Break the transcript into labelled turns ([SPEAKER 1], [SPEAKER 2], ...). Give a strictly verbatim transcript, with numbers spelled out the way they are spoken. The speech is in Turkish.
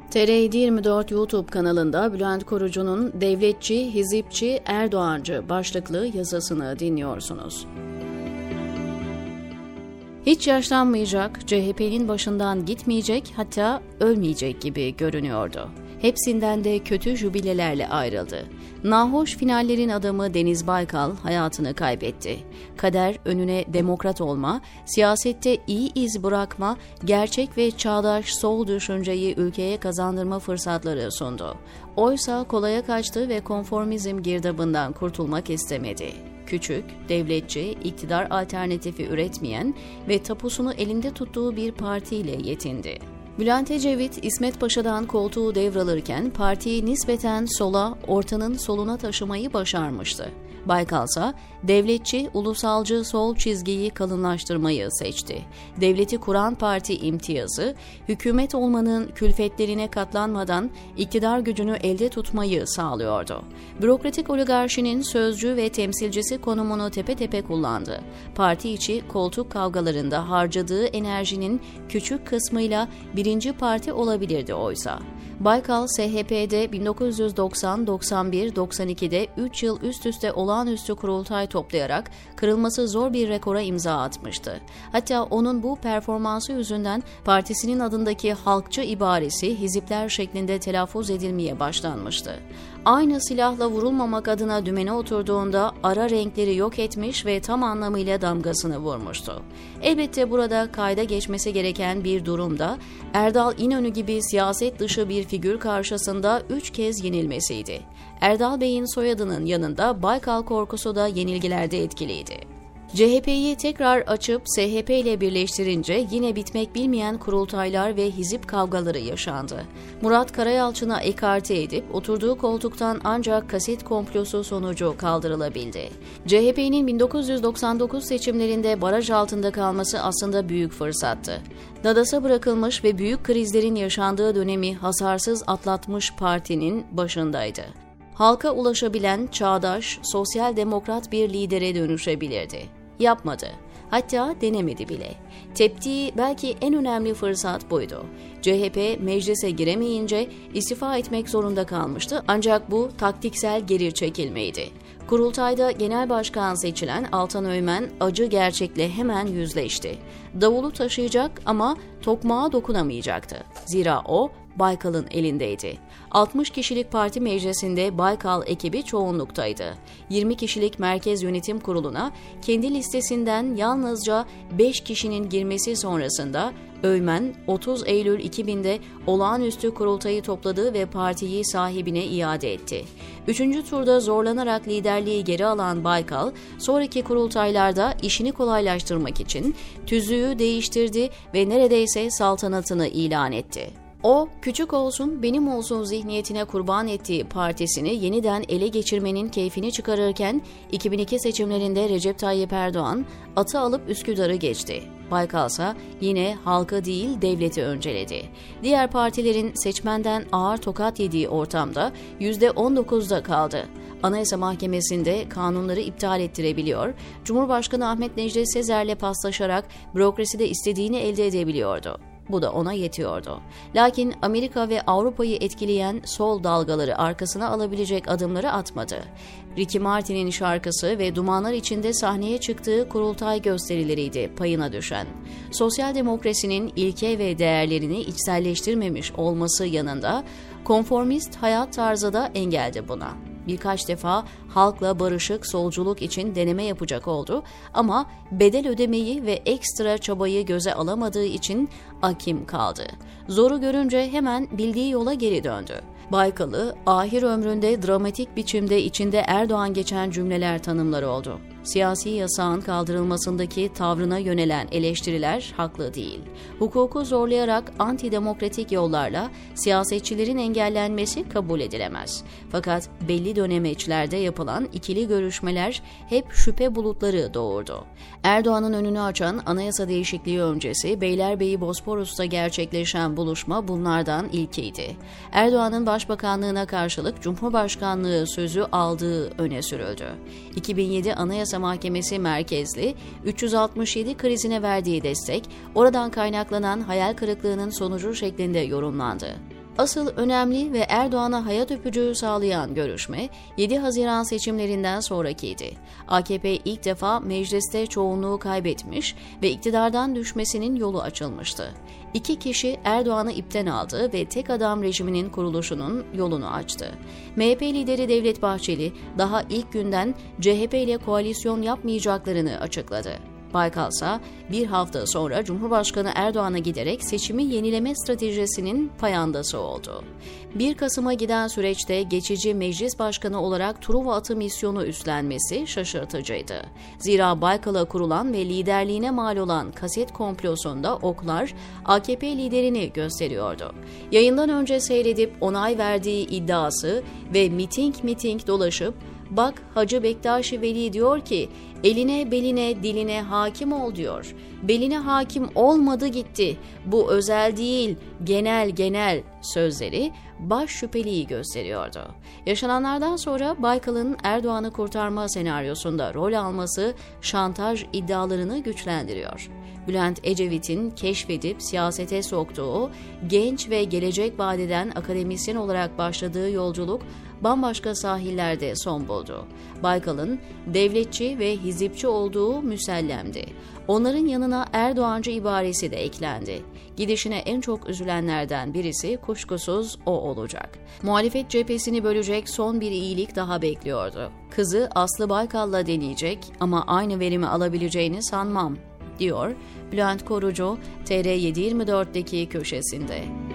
[SPEAKER 1] T R yedi yirmi dört YouTube kanalında Bülent Korucu'nun Devletçi, Hizipçi, Erdoğancı başlıklı yazısını dinliyorsunuz. Hiç yaşlanmayacak, C H P'nin başından gitmeyecek, hatta ölmeyecek gibi görünüyordu. Hepsinden de kötü jübilelerle ayrıldı. Nahoş finallerin adamı Deniz Baykal hayatını kaybetti. Kader önüne demokrat olma, siyasette iyi iz bırakma, gerçek ve çağdaş sol düşünceyi ülkeye kazandırma fırsatları sundu. Oysa kolaya kaçtı ve konformizm girdabından kurtulmak istemedi. Küçük, devletçi, iktidar alternatifi üretmeyen ve tapusunu elinde tuttuğu bir partiyle yetindi. Bülent Ecevit, İsmet Paşa'dan koltuğu devralırken partiyi nispeten sola, ortanın soluna taşımayı başarmıştı. Baykalsa devletçi, ulusalcı sol çizgiyi kalınlaştırmayı seçti. Devleti kuran parti imtiyazı, hükümet olmanın külfetlerine katlanmadan iktidar gücünü elde tutmayı sağlıyordu. Bürokratik oligarşinin sözcü ve temsilcisi konumunu tepe tepe kullandı. Parti içi koltuk kavgalarında harcadığı enerjinin küçük kısmıyla birinci parti olabilirdi oysa. Baykal, S H P'de bin dokuz yüz doksan, doksan bir, doksan ikide üç yıl üst üste olağanüstü kurultay toplayarak kırılması zor bir rekora imza atmıştı. Hatta onun bu performansı yüzünden partisinin adındaki halkçı ibaresi hizipler şeklinde telaffuz edilmeye başlanmıştı. Aynı silahla vurulmamak adına dümene oturduğunda ara renkleri yok etmiş ve tam anlamıyla damgasını vurmuştu. Elbette burada kayda geçmesi gereken bir durumda Erdal İnönü gibi siyaset dışı bir figür karşısında üç kez yenilmesiydi. Erdal Bey'in soyadının yanında Baykal korkusu da yenilgilerde etkiliydi. C H P'yi tekrar açıp S H P ile birleştirince yine bitmek bilmeyen kurultaylar ve hizip kavgaları yaşandı. Murat Karayalçın'a ekarte edip oturduğu koltuktan ancak kaset komplosu sonucu kaldırılabildi. C H P'nin bin dokuz yüz doksan dokuz seçimlerinde baraj altında kalması aslında büyük fırsattı. Nadasa bırakılmış ve büyük krizlerin yaşandığı dönemi hasarsız atlatmış partinin başındaydı. Halka ulaşabilen çağdaş, sosyal demokrat bir lidere dönüşebilirdi. Yapmadı. Hatta denemedi bile. Teptiği belki en önemli fırsat buydu. C H P meclise giremeyince istifa etmek zorunda kalmıştı, ancak bu taktiksel geri çekilmeydi. Kurultayda genel başkan seçilen Altan Öğmen acı gerçekle hemen yüzleşti. Davulu taşıyacak ama tokmağa dokunamayacaktı. Zira o Baykal'ın elindeydi. altmış kişilik parti meclisinde Baykal ekibi çoğunluktaydı. yirmi kişilik Merkez Yönetim Kurulu'na kendi listesinden yalnızca beş kişinin girmesi sonrasında Öğmen otuz Eylül iki binde olağanüstü kurultayı topladı ve partiyi sahibine iade etti. Üçüncü turda zorlanarak liderliği geri alan Baykal, sonraki kurultaylarda işini kolaylaştırmak için tüzüğü değiştirdi ve neredeyse saltanatını ilan etti. O, küçük olsun, benim olsun zihniyetine kurban ettiği partisini yeniden ele geçirmenin keyfini çıkarırken iki bin iki seçimlerinde Recep Tayyip Erdoğan atı alıp Üsküdar'ı geçti. Baykalsa yine halkı değil devleti önceledi. Diğer partilerin seçmenden ağır tokat yediği ortamda yüzde on dokuzda kaldı. Anayasa Mahkemesi'nde kanunları iptal ettirebiliyor, Cumhurbaşkanı Ahmet Necdet Sezer'le paslaşarak bürokraside istediğini elde edebiliyordu. Bu da ona yetiyordu. Lakin Amerika ve Avrupa'yı etkileyen sol dalgaları arkasına alabilecek adımları atmadı. Ricky Martin'in şarkısı ve dumanlar içinde sahneye çıktığı kurultay gösterileriydi payına düşen. Sosyal demokrasinin ilke ve değerlerini içselleştirmemiş olması yanında konformist hayat tarzı da engeldi buna. Birkaç defa halkla barışık solculuk için deneme yapacak oldu ama bedel ödemeyi ve ekstra çabayı göze alamadığı için akim kaldı. Zoru görünce hemen bildiği yola geri döndü. Baykal'ı ahir ömründe dramatik biçimde içinde Erdoğan geçen cümleler tanımları oldu. Siyasi yasağın kaldırılmasındaki tavrına yönelen eleştiriler haklı değil. Hukuku zorlayarak antidemokratik yollarla siyasetçilerin engellenmesi kabul edilemez. Fakat belli dönemeçlerde yapılan ikili görüşmeler hep şüphe bulutları doğurdu. Erdoğan'ın önünü açan anayasa değişikliği öncesi Beylerbeyi Bosporus'ta gerçekleşen buluşma bunlardan ilkiydi. Erdoğan'ın başbakanlığına karşılık Cumhurbaşkanlığı sözü aldığı öne sürüldü. iki bin yedi Anayasa Mahkemesi merkezli üç yüz altmış yedi krizine verdiği destek, oradan kaynaklanan hayal kırıklığının sonucu şeklinde yorumlandı. Asıl önemli ve Erdoğan'a hayat öpücüğü sağlayan görüşme yedi Haziran seçimlerinden sonrakiydi. A K P ilk defa mecliste çoğunluğu kaybetmiş ve iktidardan düşmesinin yolu açılmıştı. İki kişi Erdoğan'ı ipten aldı ve tek adam rejiminin kuruluşunun yolunu açtı. M H P lideri Devlet Bahçeli daha ilk günden C H P ile koalisyon yapmayacaklarını açıkladı. Baykal ise bir hafta sonra Cumhurbaşkanı Erdoğan'a giderek seçimi yenileme stratejisinin payandası oldu. bir Kasım'a giden süreçte geçici meclis başkanı olarak Truva atı misyonu üstlenmesi şaşırtıcıydı. Zira Baykal'a kurulan ve liderliğine mal olan kaset komplosunda oklar A K P liderini gösteriyordu. Yayından önce seyredip onay verdiği iddiası ve miting miting dolaşıp "Bak Hacı Bektaş-ı Veli diyor ki eline beline diline hakim ol diyor. Beline hakim olmadı gitti. Bu özel değil, genel genel" sözleri baş şüpheliyi gösteriyordu. Yaşananlardan sonra Baykal'ın Erdoğan'ı kurtarma senaryosunda rol alması şantaj iddialarını güçlendiriyor. Bülent Ecevit'in keşfedip siyasete soktuğu, genç ve gelecek vadeden akademisyen olarak başladığı yolculuk bambaşka sahillerde son buldu. Baykal'ın devletçi ve hizipçi olduğu müsellemdi. Onların yanına Erdoğancı ibaresi de eklendi. Gidişine en çok üzülenlerden birisi kuşkusuz o olacak. Muhalefet cephesini bölecek son bir iyilik daha bekliyordu. Kızı Aslı Baykal'la deneyecek ama aynı verimi alabileceğini sanmam, diyor Bülent Korucu T R yedi yirmi dört'teki köşesinde.